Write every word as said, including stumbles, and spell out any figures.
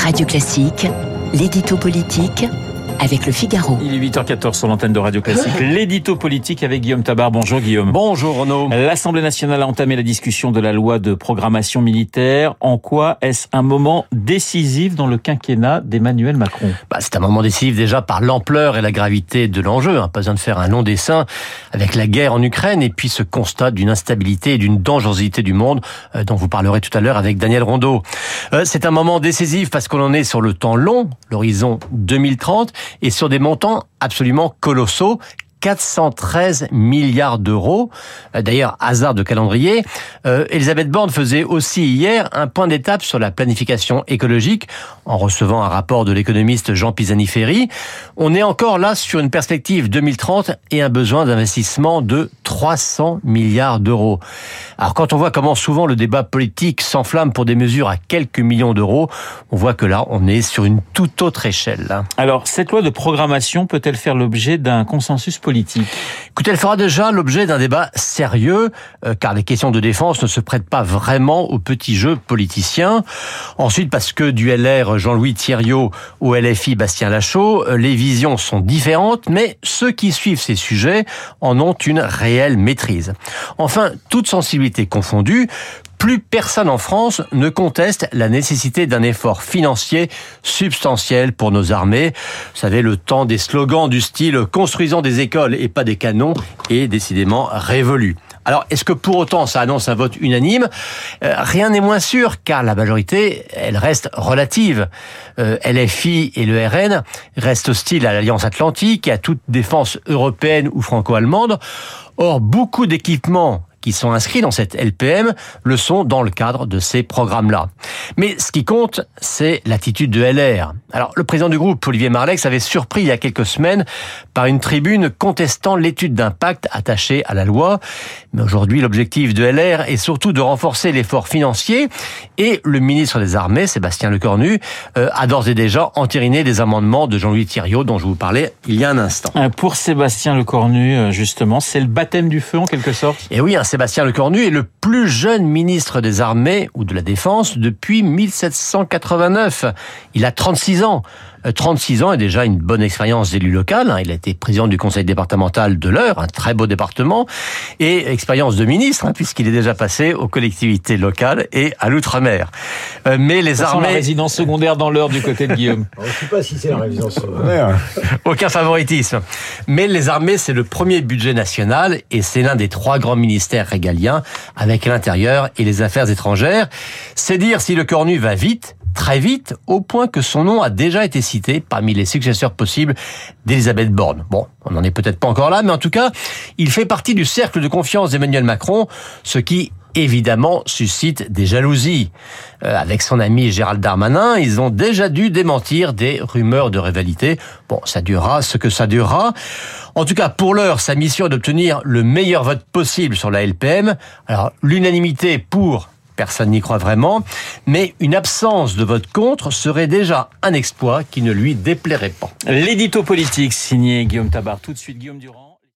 Radio Classique, l'édito politique avec Le Figaro. Il est huit heures quatorze sur l'antenne de Radio Classique. L'édito politique avec Guillaume Tabar. Bonjour Guillaume. Bonjour Renaud. L'Assemblée nationale a entamé la discussion de la loi de programmation militaire. En quoi est-ce un moment décisif dans le quinquennat d'Emmanuel Macron ? Bah, c'est un moment décisif déjà par l'ampleur et la gravité de l'enjeu. Hein. Pas besoin de faire un long dessin avec la guerre en Ukraine et puis ce constat d'une instabilité et d'une dangerosité du monde euh, dont vous parlerez tout à l'heure avec Daniel Rondeau. Euh, c'est un moment décisif parce qu'on en est sur le temps long, l'horizon deux mille trente, et sur des montants absolument colossaux. quatre cent treize milliards d'euros. D'ailleurs, hasard de calendrier, euh, Elisabeth Borne faisait aussi hier un point d'étape sur la planification écologique en recevant un rapport de l'économiste Jean Pisani-Ferry. On est encore là sur une perspective deux mille trente et un besoin d'investissement de trois cents milliards d'euros. Alors quand on voit comment souvent le débat politique s'enflamme pour des mesures à quelques millions d'euros, on voit que là, on est sur une toute autre échelle. Alors, cette loi de programmation peut-elle faire l'objet d'un consensus politique ? politique. Écoutez, elle fera déjà l'objet d'un débat sérieux, euh, car les questions de défense ne se prêtent pas vraiment aux petits jeux politiciens. Ensuite, parce que du L R Jean-Louis Thiriot au L F I Bastien Lachaud, euh, les visions sont différentes, mais ceux qui suivent ces sujets en ont une réelle maîtrise. Enfin, toute sensibilité confondue, plus personne en France ne conteste la nécessité d'un effort financier substantiel pour nos armées. Vous savez, le temps des slogans du style « construisons des écoles et pas des canons » est décidément révolu. Alors, est-ce que pour autant ça annonce un vote unanime ? euh, Rien n'est moins sûr, car la majorité, elle reste relative. Euh, L F I et le R N restent hostiles à l'Alliance Atlantique et à toute défense européenne ou franco-allemande. Or, beaucoup d'équipements qui sont inscrits dans cette L P M le sont dans le cadre de ces programmes-là. Mais ce qui compte, c'est l'attitude de L R. Alors, le président du groupe, Olivier Marleix, avait surpris il y a quelques semaines par une tribune contestant l'étude d'impact attachée à la loi. Mais aujourd'hui, l'objectif de L R est surtout de renforcer l'effort financier et le ministre des Armées, Sébastien Lecornu, euh, a d'ores et déjà entériné des amendements de Jean-Louis Thiriot dont je vous parlais il y a un instant. Pour Sébastien Lecornu, justement, c'est le baptême du feu en quelque sorte ? Et oui, Sébastien Lecornu est le plus jeune ministre des Armées ou de la Défense depuis mille sept cent quatre-vingt-neuf. Il a trente-six ans. trente-six ans est déjà une bonne expérience d'élu local. Il a été président du conseil départemental de l'Eure, un très beau département, et expérience de ministre, puisqu'il est déjà passé aux collectivités locales et à l'outre-mer. Mais les Ça armées... sent la résidence secondaire dans l'Eure du côté de Guillaume. Je ne sais pas si c'est la résidence secondaire. Aucun favoritisme. Mais les armées, c'est le premier budget national et c'est l'un des trois grands ministères régaliens avec l'intérieur et les affaires étrangères. C'est dire si Lecornu va vite, très vite, au point que son nom a déjà été cité parmi les successeurs possibles d'Elisabeth Borne. Bon, on n'en est peut-être pas encore là, mais en tout cas, il fait partie du cercle de confiance d'Emmanuel Macron, ce qui évidemment suscite des jalousies. Euh, avec son ami Gérald Darmanin, ils ont déjà dû démentir des rumeurs de rivalité. Bon, ça durera ce que ça durera. En tout cas, pour l'heure, sa mission est d'obtenir le meilleur vote possible sur la L P M. Alors, l'unanimité pour... Personne n'y croit vraiment, mais une absence de vote contre serait déjà un exploit qui ne lui déplairait pas. L'édito politique signé Guillaume Tabar. Tout de suite, Guillaume Durand.